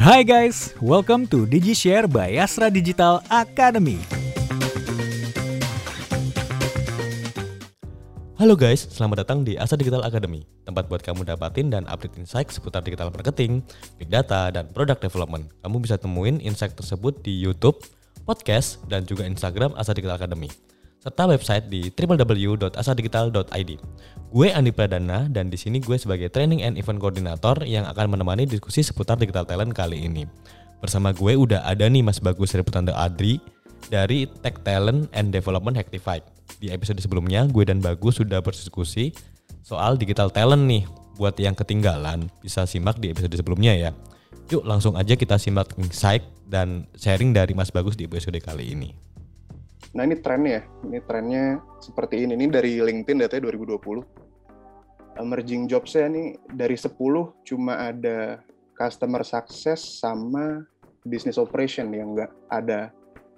Hai guys, welcome to DigiShare by Astra Digital Academy. Halo guys, selamat datang di Astra Digital Academy, tempat buat kamu dapatin dan update insight seputar digital marketing, big data, dan product development. Kamu bisa temuin insight tersebut di YouTube, podcast, dan juga Instagram Astra Digital Academy, serta website di www.astradigital.id. Gue Andi Pradana dan di sini gue sebagai training and event coordinator yang akan menemani diskusi seputar digital talent kali ini. Bersama gue udah ada nih Mas Bagus Reputante Adri dari Tech Talent and Development Hacktified. Di episode sebelumnya, gue dan Bagus sudah berdiskusi soal digital talent nih. Buat yang ketinggalan, bisa simak di episode sebelumnya ya. Yuk langsung aja kita simak insight dan sharing dari Mas Bagus di episode kali ini. Nah ini trennya ya, ini trennya seperti ini. Ini dari LinkedIn datanya 2020. Emerging jobs-nya nih dari 10 cuma ada customer success sama business operation yang nggak ada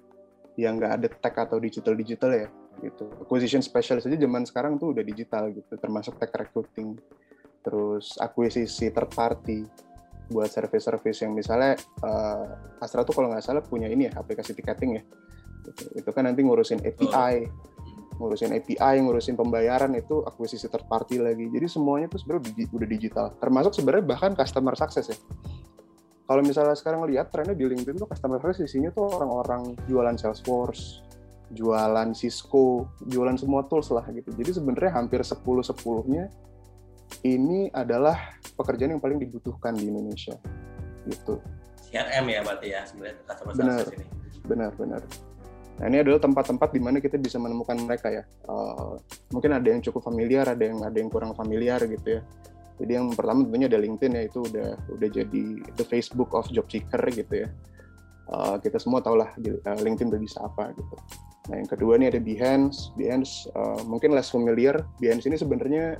tech atau digital ya. Gitu. Acquisition specialist aja zaman sekarang tuh udah digital gitu, termasuk tech recruiting, terus akuisisi third party buat service-service yang misalnya Astra tuh kalau nggak salah punya ini ya, aplikasi ticketing ya, gitu. Itu kan nanti ngurusin API, ngurusin pembayaran, itu akuisisi third party lagi. Jadi semuanya tuh sebenarnya udah digital, termasuk sebenarnya bahkan customer success ya. Kalau misalnya sekarang lihat trennya di LinkedIn tuh customer success isinya tuh orang-orang jualan Salesforce, jualan Cisco, jualan semua tools lah gitu. Jadi sebenarnya hampir 10-10-nya ini adalah pekerjaan yang paling dibutuhkan di Indonesia gitu. CRM ya berarti ya sebenarnya customer success ini. Benar. Nah ini adalah tempat-tempat di mana kita bisa menemukan mereka ya. Mungkin ada yang cukup familiar, ada yang kurang familiar gitu ya. Jadi yang pertama tentunya ada LinkedIn ya, itu udah jadi the Facebook of job seeker gitu ya. Kita semua tahu lah LinkedIn udah bisa apa gitu. Nah yang kedua nih ada Behance mungkin less familiar. Behance ini sebenarnya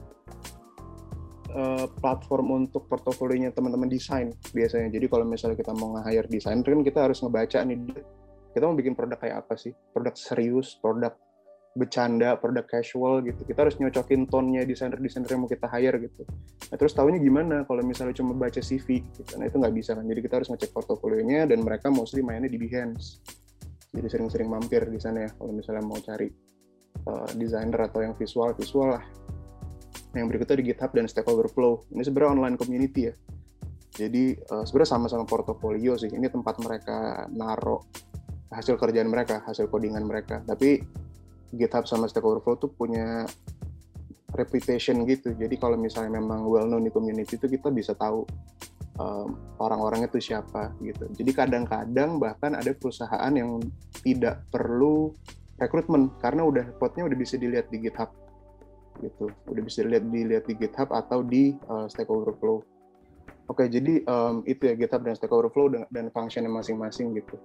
platform untuk portofolionya teman-teman desain biasanya. Jadi kalau misalnya kita mau nge-hire desainer kan kita harus ngebaca nih, kita mau bikin produk kayak apa sih? Produk serius, produk bercanda, produk casual gitu. Kita harus nyocokin tone-nya desainer yang mau kita hire gitu. Nah terus tahunya gimana kalau misalnya cuma baca CV gitu. Nah itu nggak bisa kan. Jadi kita harus ngecek portofolionya dan mereka mostly mainnya di Behance. Jadi sering-sering mampir di sana ya kalau misalnya mau cari desainer atau yang visual lah. Yang berikutnya di GitHub dan Stack Overflow. Ini sebenarnya online community ya. Jadi sebenarnya sama-sama portofolio sih. Ini tempat mereka naruh hasil kerjaan mereka, hasil codingan mereka. Tapi GitHub sama Stack Overflow tuh punya reputation gitu. Jadi kalau misalnya memang well known di community itu kita bisa tahu orang-orangnya tuh siapa gitu. Jadi kadang-kadang bahkan ada perusahaan yang tidak perlu rekrutmen karena code-nya udah bisa dilihat di GitHub gitu. Udah bisa dilihat di GitHub atau di Stack Overflow. Oke, jadi itu ya GitHub dan Stack Overflow dan function-nya masing-masing gitu.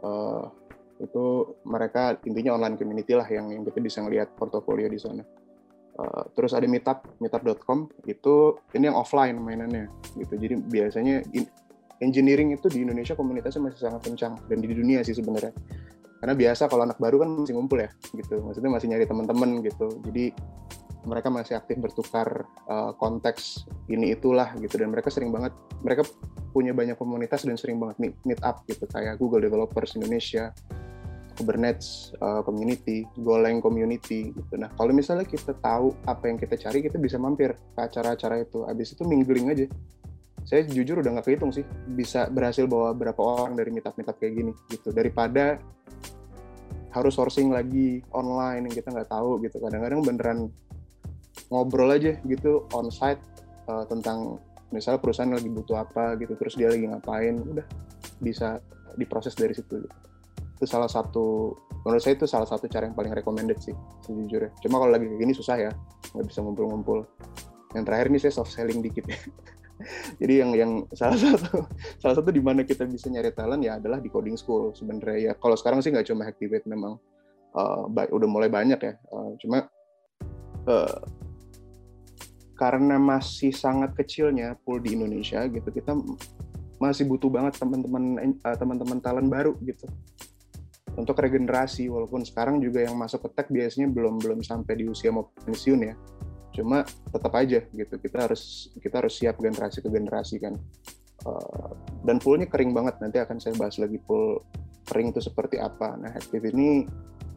Itu mereka intinya online community lah yang kita bisa ngelihat portofolio di sana. Terus ada meetup.com, ini yang offline mainannya gitu. Jadi biasanya engineering itu di Indonesia komunitasnya masih sangat kencang dan di dunia sih sebenarnya. Karena biasa kalau anak baru kan masih ngumpul ya gitu. Maksudnya masih nyari teman-teman gitu. Jadi mereka masih aktif bertukar konteks ini itulah gitu, dan mereka punya banyak komunitas dan sering banget meet up gitu, kayak Google Developers Indonesia, Kubernetes community, Golang community gitu. Nah, kalau misalnya kita tahu apa yang kita cari, kita bisa mampir ke acara-acara itu. Habis itu mingling aja. Saya jujur udah nggak kehitung sih bisa berhasil bawa berapa orang dari meetup kayak gini gitu, daripada harus sourcing lagi online yang kita nggak tahu gitu. Kadang-kadang beneran ngobrol aja gitu on-site tentang misalnya perusahaan lagi butuh apa gitu, terus dia lagi ngapain, udah bisa diproses dari situ gitu. Itu menurut saya itu salah satu cara yang paling recommended sih sejujurnya. Cuma kalau lagi kayak gini susah ya, nggak bisa ngumpul-ngumpul. Yang terakhir ini saya soft selling dikit ya. Jadi yang salah satu di mana kita bisa nyari talent ya adalah di coding school sebenarnya ya. Kalau sekarang sih nggak cuma Hacktivate, memang udah mulai banyak ya. Cuma karena masih sangat kecilnya pool di Indonesia gitu, kita masih butuh banget teman-teman talent baru gitu untuk regenerasi. Walaupun sekarang juga yang masuk ke tech biasanya belum sampai di usia mau pensiun ya. Cuma tetap aja gitu, kita harus siap generasi ke generasi kan. Dan poolnya kering banget, nanti akan saya bahas lagi pool kering itu seperti apa. Nah, Active ini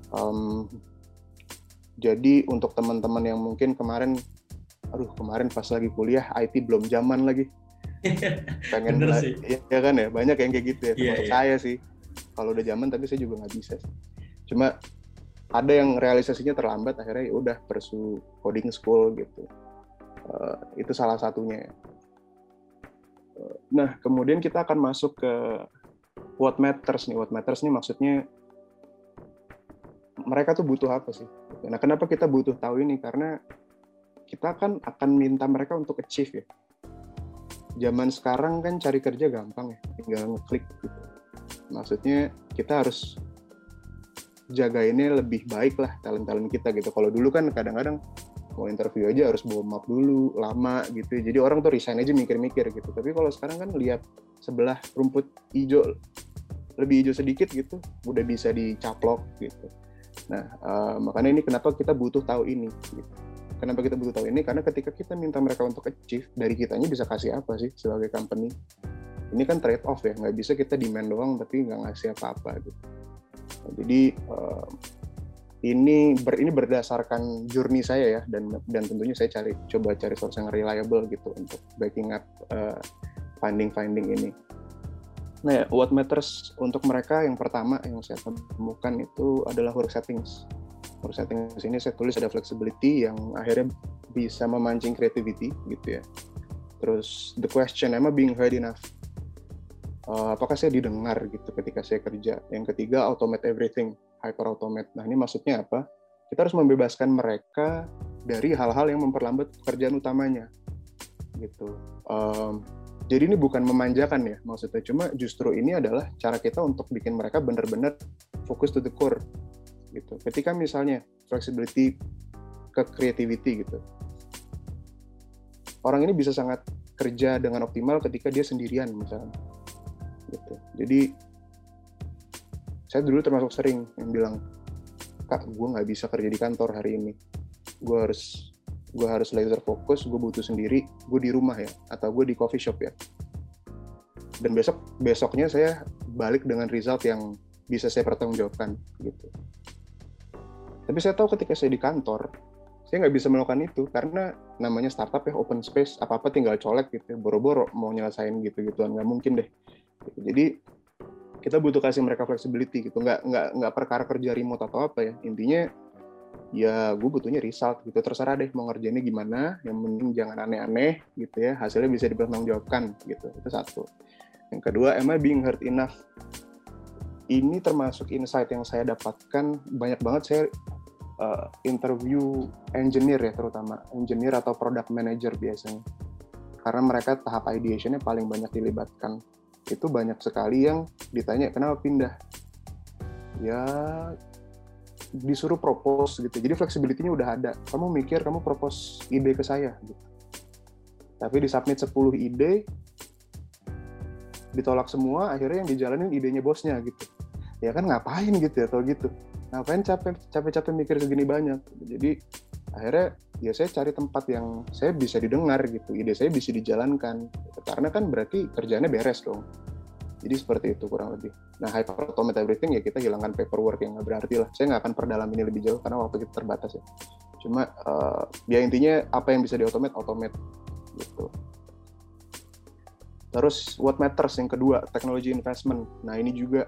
jadi untuk teman-teman yang mungkin kemarin pas lagi kuliah IT belum zaman lagi, pengen sih. Ya kan ya, banyak yang kayak gitu ya, termasuk Iya. saya sih. Kalau udah zaman tapi saya juga nggak bisa sih. Cuma ada yang realisasinya terlambat, akhirnya ya udah pursue coding school gitu. Itu salah satunya ya. Nah, kemudian kita akan masuk ke what matters nih. What matters nih maksudnya mereka tuh butuh apa sih? Nah, kenapa kita butuh tahu ini? Karena kita kan akan minta mereka untuk achieve ya. Zaman sekarang kan cari kerja gampang ya, tinggal ngeklik gitu. Maksudnya kita harus jagainnya lebih baik lah talent-talent kita gitu. Kalau dulu kan kadang-kadang mau interview aja harus bawa map dulu, lama gitu. Jadi orang tuh resign aja mikir-mikir gitu. Tapi kalau sekarang kan lihat sebelah rumput hijau, lebih hijau sedikit gitu, udah bisa dicaplok gitu. Nah, makanya ini kenapa kita butuh tahu ini. Gitu. Kenapa kita butuh tahu ini? Karena ketika kita minta mereka untuk achieve, dari kitanya bisa kasih apa sih sebagai company? Ini kan trade off ya, nggak bisa kita demand doang tapi nggak ngasih apa-apa gitu. Nah, jadi ini berdasarkan journey saya ya, dan tentunya saya coba cari source yang reliable gitu untuk backing up finding ini. Nah, what matters untuk mereka yang pertama yang saya temukan itu adalah work settings. Work settings ini saya tulis ada flexibility yang akhirnya bisa memancing creativity gitu ya. Terus the question, am I being heard enough? Apakah saya didengar gitu ketika saya kerja? Yang ketiga, automate everything, hyper automate. Nah, ini maksudnya apa? Kita harus membebaskan mereka dari hal-hal yang memperlambat pekerjaan utamanya gitu. Jadi ini bukan memanjakan ya maksudnya, cuma justru ini adalah cara kita untuk bikin mereka benar-benar fokus to the core gitu. Ketika misalnya flexibility ke creativity gitu, orang ini bisa sangat kerja dengan optimal ketika dia sendirian misalnya gitu. Jadi saya dulu termasuk sering yang bilang, Kak, gue nggak bisa kerja di kantor hari ini, gue harus laser fokus, gue butuh sendiri, gue di rumah ya, atau gue di coffee shop ya. Dan besoknya saya balik dengan result yang bisa saya pertanggungjawabkan gitu. Tapi saya tahu ketika saya di kantor, saya nggak bisa melakukan itu karena namanya startup ya, open space, apa-apa tinggal colek gitu, boro-boro mau nyelesain gitu-gituan, nggak mungkin deh. Jadi kita butuh kasih mereka flexibility gitu, nggak perkara kerja remote atau apa ya. Intinya ya gue butuhnya result gitu, terserah deh mau ngerjainnya gimana, yang penting jangan aneh-aneh gitu ya, hasilnya bisa dipertanggungjawabkan gitu. Itu satu. Yang kedua, am I being heard enough? Ini termasuk insight yang saya dapatkan, banyak banget saya interview engineer ya, terutama engineer atau product manager biasanya, karena mereka tahap ideation-nya paling banyak dilibatkan. Itu banyak sekali yang ditanya kenapa pindah, ya disuruh propose gitu. Jadi flexibility-nya udah ada, kamu mikir, kamu propose ide ke saya gitu. Tapi di submit 10 ide ditolak semua, akhirnya yang dijalanin idenya bosnya gitu. Ya kan ngapain gitu ya, atau gitu. Ngapain capek-capek mikir segini banyak. Jadi akhirnya ya saya cari tempat yang saya bisa didengar gitu, ide saya bisa dijalankan. Karena kan berarti kerjaannya beres dong. Jadi seperti itu kurang lebih. Nah, hyper automate everything ya kita hilangkan paperwork yang nggak berarti lah. Saya nggak akan perdalam ini lebih jauh karena waktu kita terbatas ya. Cuma ya intinya apa yang bisa automate gitu. Terus what matters yang kedua, technology investment. Nah, ini juga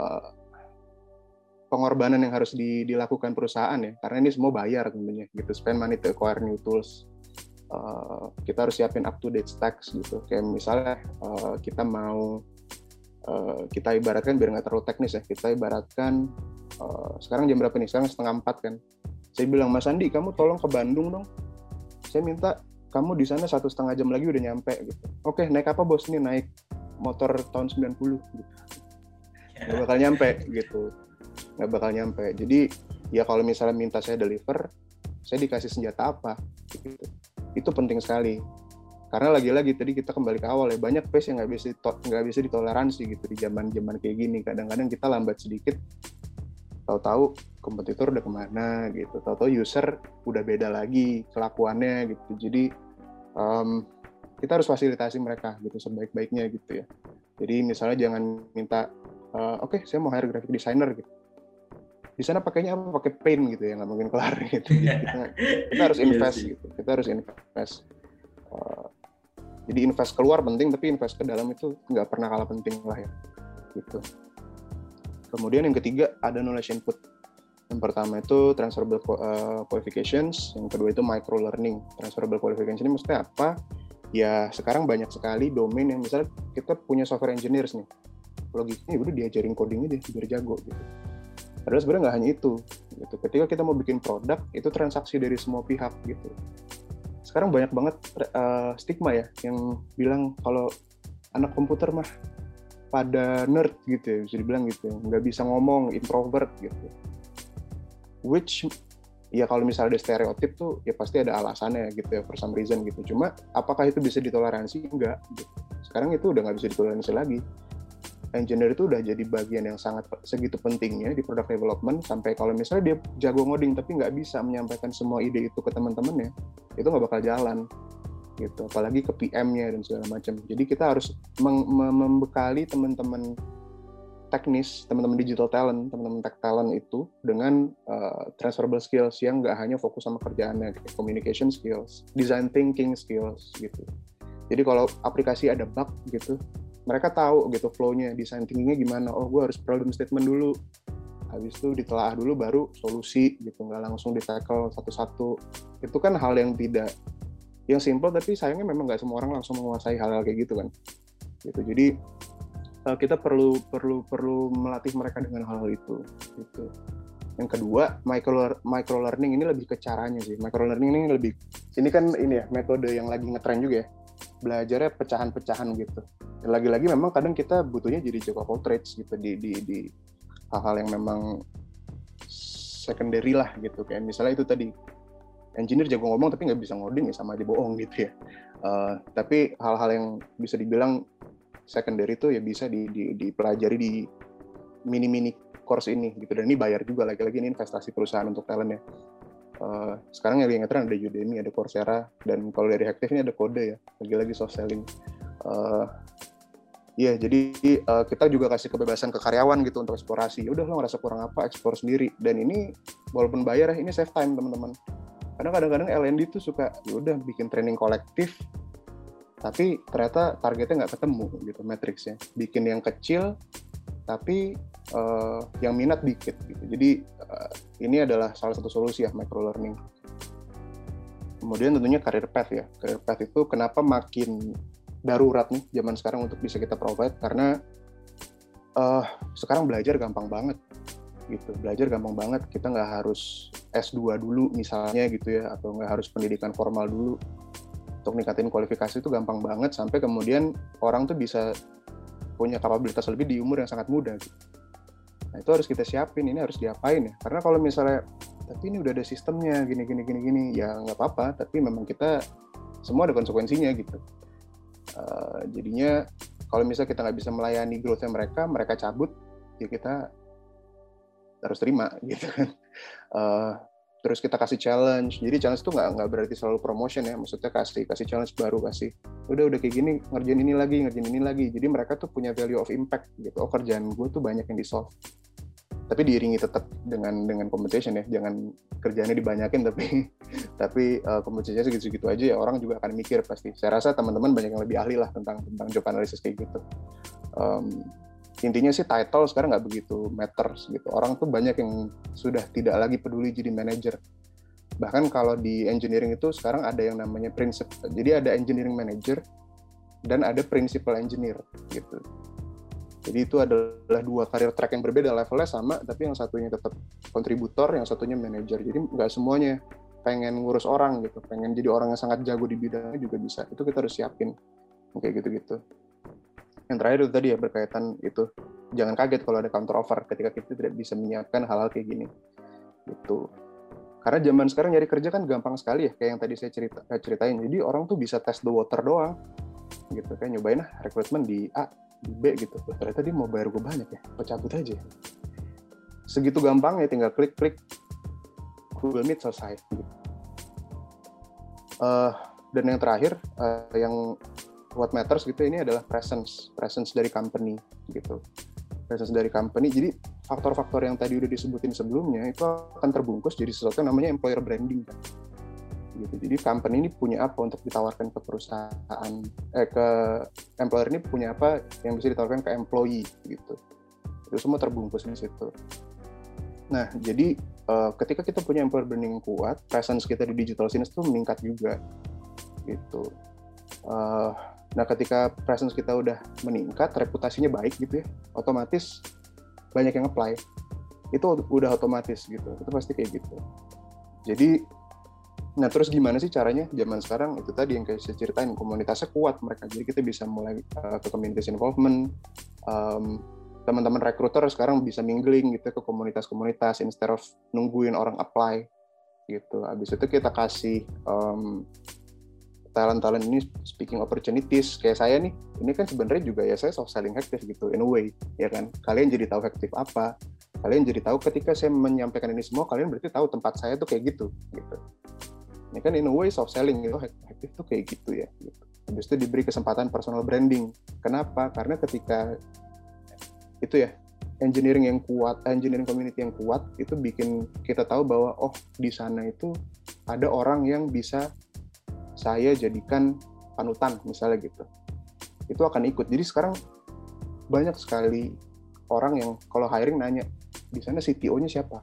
pengorbanan yang harus dilakukan perusahaan ya, karena ini semua bayar tentunya gitu, spend money to acquire new tools. Kita harus siapin up to date stacks gitu, kayak misalnya kita mau kita ibaratkan biar nggak terlalu teknis ya, kita ibaratkan sekarang jam berapa nih, sekarang 3:30 kan, saya bilang Mas Andi kamu tolong ke Bandung dong, saya minta kamu di sana 1,5 jam lagi udah nyampe gitu. Oke, naik apa bos? Ini naik motor tahun 90 gitu. Nggak bakal nyampe gitu. Nggak bakal nyampe. Jadi ya kalau misalnya minta saya deliver, saya dikasih senjata apa gitu. Itu penting sekali. Karena lagi-lagi tadi kita kembali ke awal ya, banyak pace yang nggak bisa ditoleransi gitu di zaman-zaman kayak gini. Kadang-kadang kita lambat sedikit, tahu-tahu kompetitor udah kemana gitu, tahu-tahu user udah beda lagi kelakuannya gitu. Jadi kita harus fasilitasi mereka gitu sebaik-baiknya gitu ya. Jadi misalnya jangan minta, oke, saya mau hire graphic designer gitu. Di sana pakainya apa? Pakai Paint gitu ya, nggak mungkin kelar gitu. Jadi kita harus invest gitu. Kita harus invest. Jadi invest keluar penting, tapi invest ke dalam itu nggak pernah kalah penting lah ya. Gitu. Kemudian yang ketiga ada knowledge input. Yang pertama itu transferable qualifications, yang kedua itu micro learning. Transferable qualifications ini maksudnya apa? Ya sekarang banyak sekali domain yang misalnya kita punya software engineers nih, logiknya udah diajarin codingnya deh biar jago gitu. Padahal sebenarnya nggak hanya itu. Gitu. Ketika kita mau bikin produk, itu transaksi dari semua pihak gitu. Sekarang banyak banget stigma ya yang bilang kalau anak komputer mah pada nerd gitu ya, bisa dibilang gitu, nggak bisa ngomong, introvert gitu. Which ya kalau misalnya ada stereotip tuh ya pasti ada alasannya gitu ya, for some reason gitu. Cuma apakah itu bisa ditoleransi? Enggak. Gitu. Sekarang itu udah nggak bisa ditoleransi lagi. Engineer itu udah jadi bagian yang sangat segitu pentingnya di product development, sampai kalau misalnya dia jago ngoding tapi nggak bisa menyampaikan semua ide itu ke teman-temannya, itu nggak bakal jalan. Gitu, apalagi ke PM-nya dan segala macam. Jadi kita harus membekali teman-teman teknis, teman-teman digital talent, teman-teman tech talent itu dengan transferable skills yang nggak hanya fokus sama kerjaannya, kayak communication skills, design thinking skills gitu. Jadi kalau aplikasi ada bug gitu, mereka tahu gitu flow-nya, design thinking-nya gimana. Oh, gue harus problem statement dulu, habis itu ditelaah dulu baru solusi gitu, nggak langsung di-tackle satu-satu. Itu kan hal yang tidak yang simple, tapi sayangnya memang nggak semua orang langsung menguasai hal-hal kayak gitu kan. Gitu. Jadi kita perlu melatih mereka dengan hal-hal itu. Gitu. Yang kedua, micro learning ini lebih ke caranya sih. Micro learning ini lebih, ini kan ini ya metode yang lagi ngetren juga ya. Belajarnya pecahan-pecahan gitu. Dan lagi-lagi memang kadang kita butuhnya jadi jack of all trades gitu di hal-hal yang memang secondary lah gitu. Kayak misalnya itu tadi, engineer jago ngomong tapi nggak bisa ngoding ya sama aja bohong gitu ya. Tapi hal-hal yang bisa dibilang secondary itu ya bisa dipelajari di mini course ini gitu. Dan ini bayar juga, lagi-lagi ini investasi perusahaan untuk talent ya. Sekarang yang ngetren ada Udemy, ada Coursera, dan kalau dari Hektif ini ada Kode ya, lagi-lagi soft selling. Iya, jadi kita juga kasih kebebasan ke karyawan gitu untuk eksplorasi. Ya udah, lo ngerasa kurang apa, eksplor sendiri. Dan ini walaupun bayar ya, ini save time teman-teman. Karena kadang-kadang L&D tuh suka ya udah bikin training kolektif, tapi ternyata targetnya nggak ketemu gitu matriksnya. Bikin yang kecil, tapi yang minat dikit gitu. Jadi ini adalah salah satu solusi ya micro learning. Kemudian tentunya career path ya. Career path itu kenapa makin darurat nih zaman sekarang untuk bisa kita provide, karena sekarang belajar gampang banget gitu. Belajar gampang banget, kita nggak harus S2 dulu misalnya gitu ya, atau nggak harus pendidikan formal dulu. Untuk ningkatin kualifikasi itu gampang banget, sampai kemudian orang tuh bisa punya kapabilitas lebih di umur yang sangat muda gitu. Nah itu harus kita siapin, ini harus diapain ya, karena kalau misalnya tapi ini udah ada sistemnya gini ya nggak apa-apa, tapi memang kita semua ada konsekuensinya gitu. Jadinya kalau misalnya kita nggak bisa melayani growth-nya mereka cabut, ya kita harus terima gitu kan. Terus kita kasih challenge. Jadi challenge itu nggak berarti selalu promotion ya, maksudnya kasih challenge baru, kasih udah kayak gini, ngerjain ini lagi. Jadi mereka tuh punya value of impact gitu. Oh, kerjaan gue tuh banyak yang di solve. Tapi diiringi tetap dengan compensation ya, jangan kerjaannya dibanyakin tapi compensation segitu aja ya, orang juga akan mikir pasti. Saya rasa teman-teman banyak yang lebih ahli lah tentang job analysis kayak gitu. Intinya sih title sekarang nggak begitu matters gitu. Orang tuh banyak yang sudah tidak lagi peduli jadi manager. Bahkan kalau di engineering itu sekarang ada yang namanya principal. Jadi ada engineering manager dan ada principal engineer gitu. Jadi itu adalah dua career track yang berbeda, levelnya sama, tapi yang satunya tetap kontributor, yang satunya manager. Jadi nggak semuanya pengen ngurus orang gitu, pengen jadi orang yang sangat jago di bidangnya juga bisa. Itu kita harus siapin kayak gitu-gitu. Yang terakhir itu tadi ya, berkaitan itu, jangan kaget kalau ada counter offer ketika kita tidak bisa menyiapkan hal-hal kayak gini gitu. Karena zaman sekarang nyari kerja kan gampang sekali ya, kayak yang tadi saya ceritain. Jadi orang tuh bisa test the water doang gitu, kayak nyobain rekrutmen di A, di B gitu. Ternyata dia mau bayar gue banyak ya, gue cabut aja. Segitu gampang ya, tinggal klik Google Meet, selesai gitu. Dan yang terakhir, yang what matters gitu ini adalah presence dari company gitu. Presence dari company. Jadi faktor-faktor yang tadi udah disebutin sebelumnya itu akan terbungkus jadi sesuatu yang namanya employer branding kan. Gitu. Jadi company ini punya apa untuk ditawarkan ke perusahaan, ke employer ini punya apa yang bisa ditawarkan ke employee gitu. Itu semua terbungkus di situ. Nah, jadi ketika kita punya employer branding yang kuat, presence kita di digital scene itu meningkat juga gitu. Nah, ketika presence kita udah meningkat, reputasinya baik gitu ya, otomatis banyak yang apply. Itu udah otomatis gitu, itu pasti kayak gitu. Jadi, nah terus gimana sih caranya zaman sekarang? Itu tadi yang kayak saya ceritain, komunitasnya kuat mereka. Jadi kita bisa mulai ke community involvement, teman-teman recruiter sekarang bisa mingling gitu ke komunitas-komunitas instead of nungguin orang apply gitu. Habis itu kita kasih talent-talent ini speaking opportunities. Kayak saya nih, ini kan sebenarnya juga ya saya soft selling hektif gitu in a way, ya kan. Kalian jadi tahu hektif apa, kalian jadi tahu ketika saya menyampaikan ini semua, kalian berarti tahu tempat saya tuh kayak gitu. Ini kan in a way soft selling gitu, hektif tuh kayak gitu ya. Gitu. Habis itu diberi kesempatan personal branding. Kenapa? Karena ketika itu ya engineering community yang kuat itu bikin kita tahu bahwa oh di sana itu ada orang yang bisa saya jadikan panutan misalnya gitu. Itu akan ikut. Jadi sekarang banyak sekali orang yang kalau hiring nanya di sana CTO-nya siapa?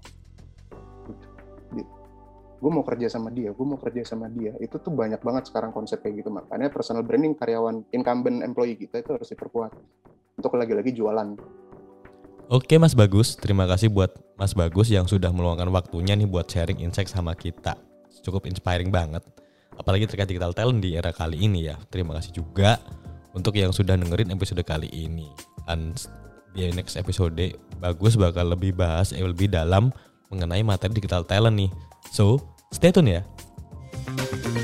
Gue mau kerja sama dia. Itu tuh banyak banget sekarang konsep kayak gitu. Makanya personal branding karyawan incumbent employee kita itu harus diperkuat untuk lagi-lagi jualan. Oke Mas Bagus, terima kasih buat Mas Bagus yang sudah meluangkan waktunya nih buat sharing insight sama kita. Cukup inspiring banget. Apalagi terkait digital talent di era kali ini ya. Terima kasih juga untuk yang sudah dengerin episode kali ini. Dan di next episode Bagus bakal lebih lebih dalam mengenai materi digital talent nih. So, stay tune ya.